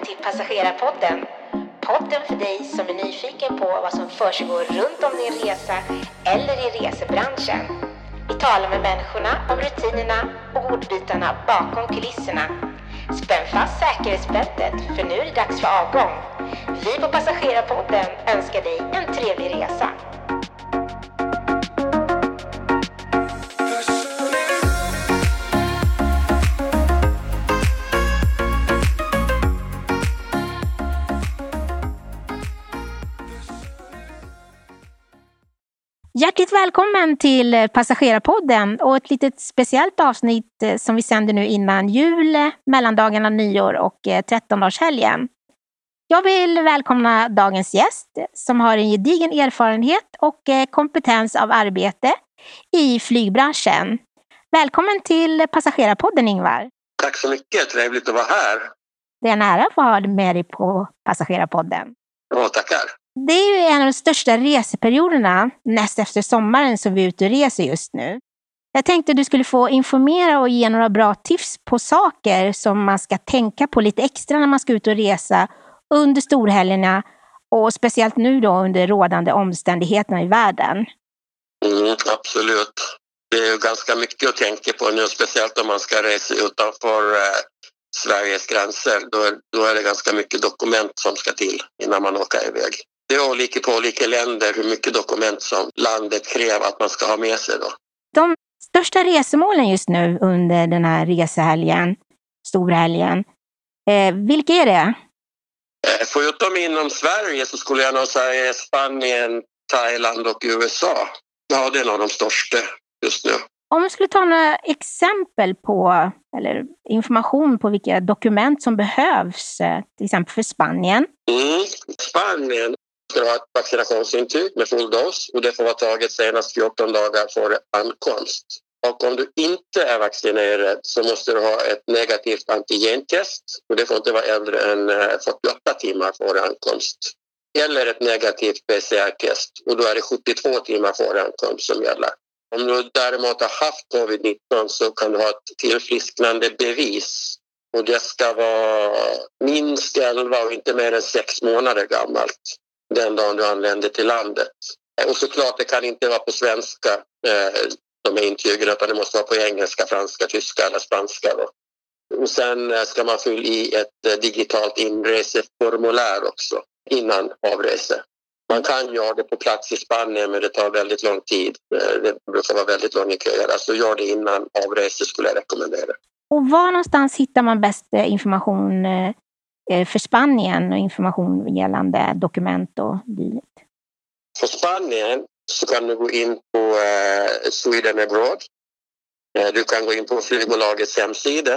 till Passagerarpodden. Podden för dig som är nyfiken på vad som försiggår runt om din resa eller i resebranschen. Vi talar med människorna om rutinerna och ordbitarna bakom kulisserna. Spänn fast säkerhetsbältet, för nu är det dags för avgång. Vi på Passagerarpodden önskar dig en trevlig resa. Hjärtligt välkommen till Passagerarpodden och ett litet speciellt avsnitt som vi sänder nu innan jul, mellandagarna, nyår och 13-dagshelgen. Jag vill välkomna dagens gäst som har en gedigen erfarenhet och kompetens av arbete i flygbranschen. Välkommen till Passagerarpodden, Ingvar. Tack så mycket, trevligt att vara här. Det är en ära att få ha dig med dig på Passagerarpodden. Ja, tackar. Det är ju en av de största reseperioderna näst efter sommaren som vi är ute och reser just nu. Jag tänkte att du skulle få informera och ge några bra tips på saker som man ska tänka på lite extra när man ska ut och resa under storhelgerna och speciellt nu då under rådande omständigheterna i världen. Absolut. Det är ju ganska mycket att tänka på nu, speciellt om man ska resa utanför Sveriges gränser. Då är det ganska mycket dokument som ska till innan man åker iväg. Det är olika på olika länder hur mycket dokument som landet kräver att man ska ha med sig då. De största resemålen just nu under den här resehelgen, storhelgen, vilka är det? Förutom inom Sverige så skulle jag nog säga Spanien, Thailand och USA. Ja, det är nog de största just nu. Om vi skulle ta några exempel på, eller information på vilka dokument som behövs, till exempel för Spanien. Spanien ska ha ett vaccinationsintyg med full dos och det får vara taget senast 14 dagar före ankomst. Och om du inte är vaccinerad så måste du ha ett negativt antigentest och det får inte vara äldre än 48 timmar före ankomst. Eller ett negativt PCR-test och då är det 72 timmar före ankomst som gäller. Om du däremot har haft covid-19 så kan du ha ett tillfrisknande bevis och det ska vara minst 11 och inte mer än 6 månader gammalt den dagen du anländer till landet. Och såklart det kan inte vara på svenska de här intygen utan det måste vara på engelska, franska, tyska eller spanska då. Och sen ska man fylla i ett digitalt inreseformulär också innan avrese. Man kan göra det på plats i Spanien men det tar väldigt lång tid. Det brukar vara väldigt långa köer. Alltså gör det innan avrese skulle jag rekommendera. Och var någonstans hittar man bäst information för Spanien och information gällande dokument och dylikt? För Spanien så kan du gå in på Sweden Abroad. Du kan gå in på flygbolagets hemsida.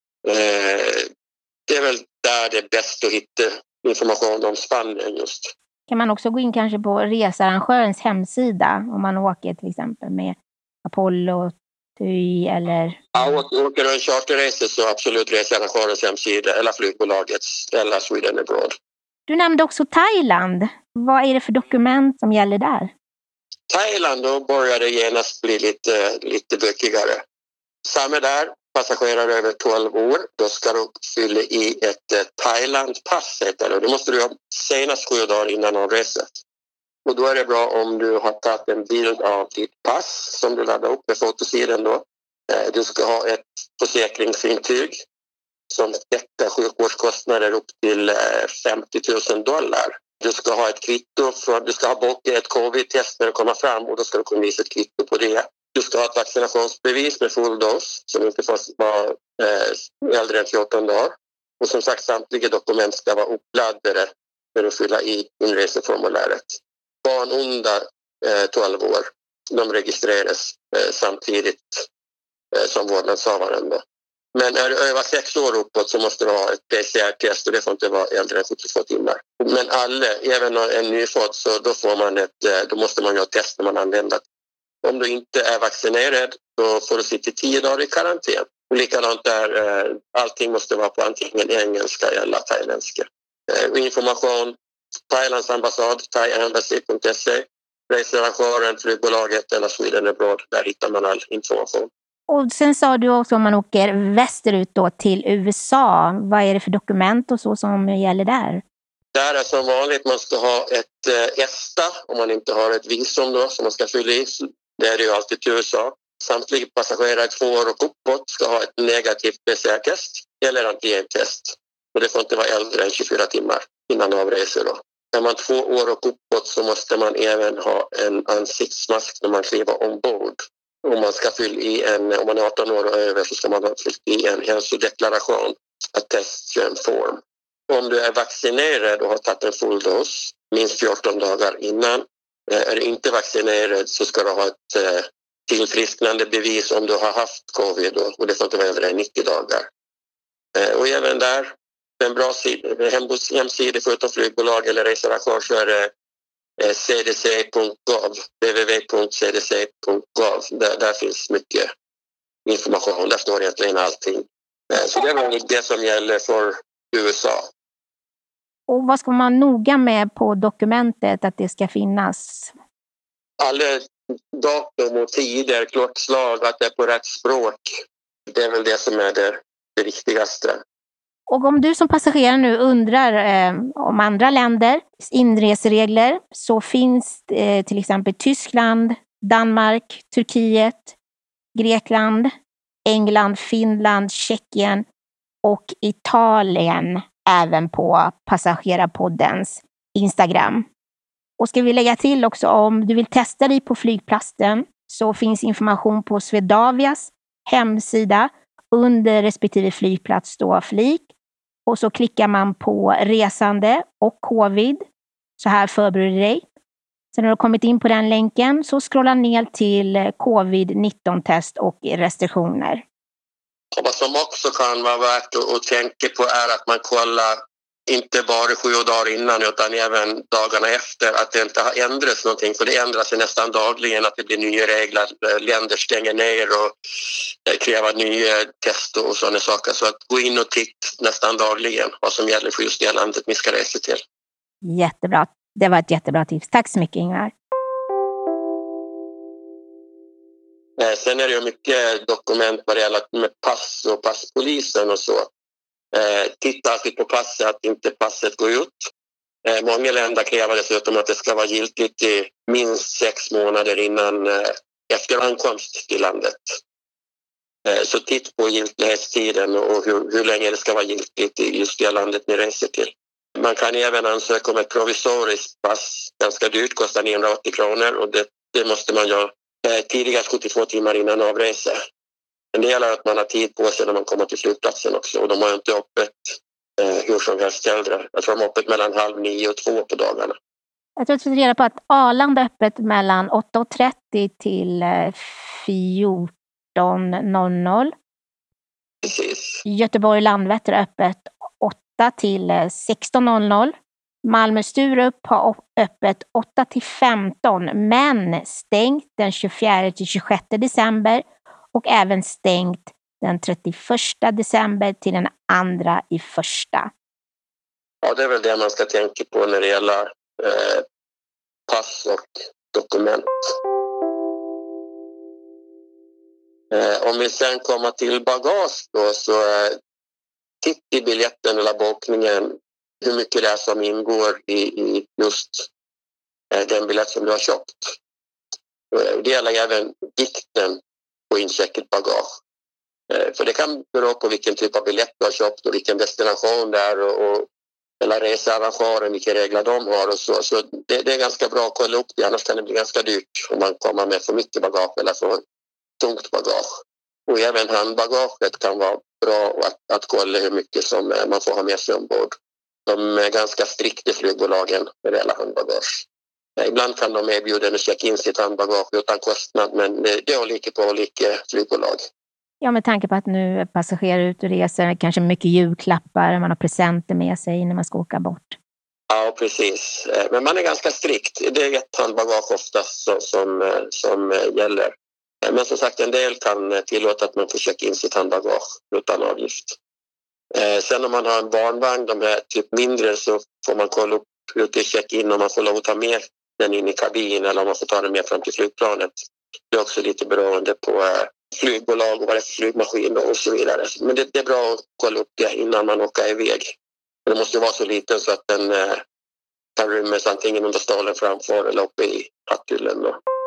Det är väl där det är bäst att hitta information om Spanien just. Kan man också gå in kanske på researrangörens hemsida om man åker till exempel med Apollo, TUI eller... Ja, åker du en charterresa så absolut researrangörens hemsida eller flygbolagets eller Sweden Abroad. Du nämnde också Thailand. Vad är det för dokument som gäller där? Thailand då börjar det genast bli lite bökigare. Samma där, passagerare över 12 år, då ska du fylla i ett Thailand-pass. Det måste du ha senast 7 dagar innan avreset. Och då är det bra om du har tagit en bild av ditt pass som du laddar upp med fotosidan då. Du ska ha ett försäkringsintyg som täcker sjukvårdskostnader upp till $50,000. Du ska ha ett kvitto, du ska ha bokat ett covid-test när du kommer fram och då ska du kunna visa ett kvitto på det. Du ska ha ett vaccinationsbevis med full dos som inte får vara äldre än 14 dagar. Och som sagt, samtliga dokument ska vara uppladdade när du fyller i inreseformuläret. Barn under 12 år, de registreras samtidigt som vårdnadshavaren då. Men är du över 6 år uppåt så måste du ha ett PCR-test och det får inte vara äldre än 72 timmar. Men alla, även en nyfödd, så då måste man göra ett test när man anländer. Om du inte är vaccinerad då får du sitta 10 dagar i karantän. Och likadant där, allting måste vara på antingen engelska eller thailändska. Information, Thailands ambassad, thaiembassy.se, researrangören, flygbolaget eller Sweden Abroad, där hittar man all information. Och sen sa du också om man åker västerut då till USA. Vad är det för dokument och så som gäller där? Där är som vanligt man ska ha ett ESTA om man inte har ett visum då som man ska fylla i. Det är det ju alltid till USA. Samtliga passagerare 2 år och uppåt ska ha ett negativt PCR-test eller antigentest. Och det får inte vara äldre än 24 timmar innan avresor då. Är man 2 år och uppåt så måste man även ha en ansiktsmask när man kliver ombord. Om man ska fylla i om man är 18 år och över så ska man ha fyllt i en hälsodeklaration, attestation form. Om du är vaccinerad och har tagit en full dos minst 14 dagar innan, är du inte vaccinerad så ska du ha ett tillfrisknande bevis om du har haft covid och det får inte vara över 90 dagar. Och även där, en bra hemsida förutom flygbolag eller researrangör så är det cdc.gov, www.cdc.gov. Där finns mycket information, där står egentligen allting. Så det är väl det som gäller för USA. Och vad ska man noga med på dokumentet att det ska finnas? Alla datum och tider, klockslag, att det är på rätt språk. Det är väl det som är det viktigaste. Och om du som passagerare nu undrar om andra länder, inreseregler, så finns till exempel Tyskland, Danmark, Turkiet, Grekland, England, Finland, Tjeckien och Italien även på Passagerarpoddens Instagram. Och ska vi lägga till också om du vill testa dig på flygplatsen så finns information på Swedavias hemsida under respektive flygplats då flik. Och så klickar man på resande och covid. Så här förbereder du dig. Sen när du har kommit in på den länken så scrollar ner till covid-19-test och restriktioner. Och vad som också kan vara värt att tänka på är att man kollar inte bara 7 dagar innan utan även dagarna efter att det inte har ändrats någonting. För det ändrar sig nästan dagligen att det blir nya regler, länder stänger ner och kräver nya tester och sådana saker. Så att gå in och titta nästan dagligen vad som gäller för just det landet ni ska resa till. Jättebra. Det var ett jättebra tips. Tack så mycket Ingvar. Sen är det ju mycket dokument vad det gäller med pass och passpolisen och så. Titta alltid på passet, att inte passet går ut. Många länder kräver dessutom att det ska vara giltigt i minst 6 månader innan efter ankomst till landet. Så titta på giltighetstiden och hur länge det ska vara giltigt i just det landet ni reser till. Man kan även ansöka om ett provisoriskt pass. Ganska dyrt, kostar 980 kronor och det måste man göra tidigast 72 timmar innan avresa. Men det gäller att man har tid på sig när man kommer till flygplatsen också. Och de har inte öppet hur som helst äldre. Jag tror de har öppet mellan 8:30 och 2 på dagarna. Jag tror att vi får reda på att Arlanda är öppet mellan 8:30 till 14:00. Precis. Göteborg Landvetter är öppet 8 till 16:00. Malmö-Sturup har öppet 8 till 15 men stängt den 24 till 26 december och även stängt den 31 december till den 2/1. Ja, det är väl det man ska tänka på när det gäller pass och dokument. Om vi sen kommer till bagage då så titta i biljetten eller bokningen hur mycket det är som ingår i just den biljett som du har köpt. Det gäller även vikten på incheckat bagage. För det kan bero på vilken typ av biljett du har köpt och vilken destination det är och eller researrangören, vilka regler de har och så. Så det är ganska bra att kolla upp det, annars kan det bli ganska dyrt om man kommer med för mycket bagage eller för tungt bagage. Och även handbagaget kan vara bra att kolla hur mycket som man får ha med sig ombord. De är ganska strikta flygbolagen med hela handbagage. Ibland kan de erbjuda att checka in sitt handbagage utan kostnad, men det är olika på olika flygbolag. Ja, med tanke på att nu är passagerare ut och reser, kanske mycket julklappar, man har presenter med sig när man ska åka bort. Ja, precis. Men man är ganska strikt. Det är ett handbagage oftast som gäller. Men som sagt, en del kan tillåta att man får checka in sitt handbagage utan avgift. Sen om man har en barnvagn, de är typ mindre, så får man kolla upp hur det check in om man får lov att ta med den in i kabinen eller om man får ta den med fram till flygplanet. Det är också lite beroende på flygbolag och vad det är för flygmaskin och så vidare. Men det är bra att kolla upp det innan man åker iväg. Men det måste vara så liten så att den kan rymmas antingen under stolen framför eller uppe i hatthyllen.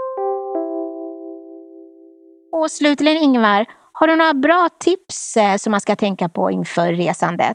Och slutligen Ingvar, har du några bra tips som man ska tänka på inför resandet?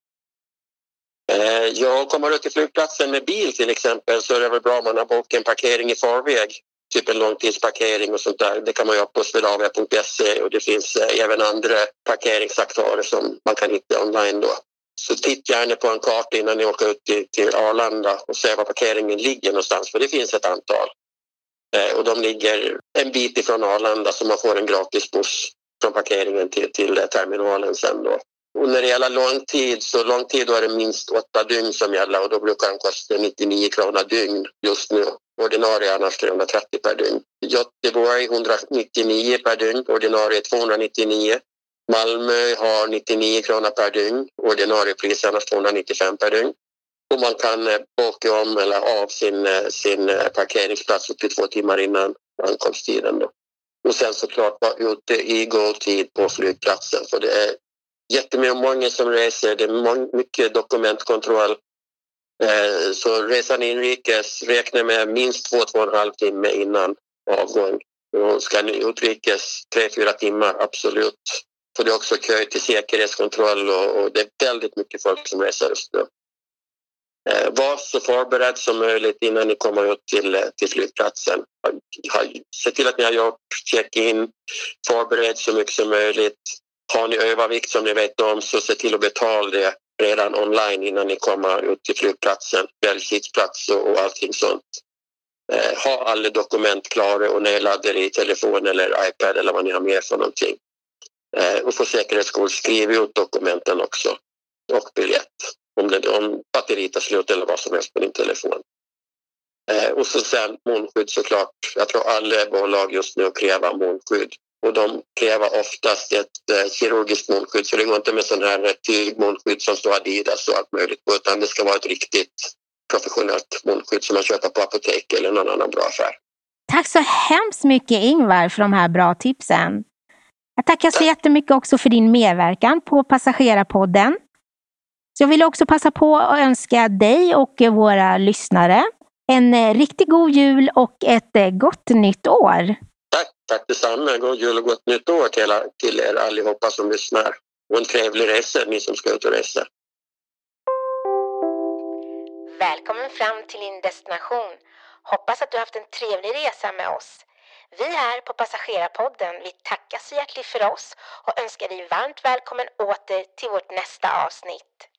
Jag kommer ut till flygplatsen med bil till exempel, så är det väl bra om man har bokat en parkering i förväg. Typ en långtidsparkering och sånt där. Det kan man göra på swedavia.se och det finns även andra parkeringsaktörer som man kan hitta online då. Så titta gärna på en karta innan ni åker ut till Arlanda och se var parkeringen ligger någonstans, för det finns ett antal. Och de ligger en bit ifrån Arlanda, så man får en gratis buss från parkeringen till terminalen sen då. Och när det gäller lång tid då är det minst 8 dygn som gäller och då brukar den kosta 99 kronor dygn just nu. Ordinarie annars 330 per dygn. Göteborg 199 per dygn, ordinarie 299. Malmö har 99 kronor per dygn, ordinarie pris annars 295 per dygn. Och man kan boka om eller av sin parkeringsplats upp till 2 timmar innan ankomsttiden då. Och sen såklart vara ute i god tid på flygplatsen, för det är jättemånga som reser, det är mycket dokumentkontroll. Så resan inrikes räknar med minst 2-2,5 timmar innan avgång. Och ska ni utrikes 3-4 timmar, absolut. För det är också kö till säkerhetskontroll och det är väldigt mycket folk som reser just nu. Var så förberedd som möjligt innan ni kommer ut till flygplatsen. Se till att ni har gjort check-in, förbered så mycket som möjligt. Har ni övervikt som ni vet om, så se till att betala det redan online innan ni kommer ut till flygplatsen. Välj sittplats och allting sånt. Ha alla dokument klara och nedladdade i telefon eller iPad eller vad ni har med för någonting. Och för säkerhets skull skriv ut dokumenten också. Och biljett. Om batteriet tar slut eller vad som helst på din telefon. Och så sen munskydd såklart. Jag tror alla bolag just nu kräver munskydd. Och de kräver oftast ett kirurgiskt munskydd. Så det går inte med sån här tygmunskydd som står Adidas och allt möjligt på. Utan det ska vara ett riktigt professionellt munskydd som man köper på apotek eller någon annan bra affär. Tack så hemskt mycket Ingvar för de här bra tipsen. Jag tackar så jättemycket också för din medverkan på Passagerarpodden. Så jag vill också passa på att önska dig och våra lyssnare en riktigt god jul och ett gott nytt år. Tack detsamma. God jul och gott nytt år till er allihopa som lyssnar. Och en trevlig resa, ni som ska ut och resa. Välkommen fram till din destination. Hoppas att du har haft en trevlig resa med oss. Vi här på Passagerarpodden, vi tackar så hjärtligt för oss och önskar dig varmt välkommen åter till vårt nästa avsnitt.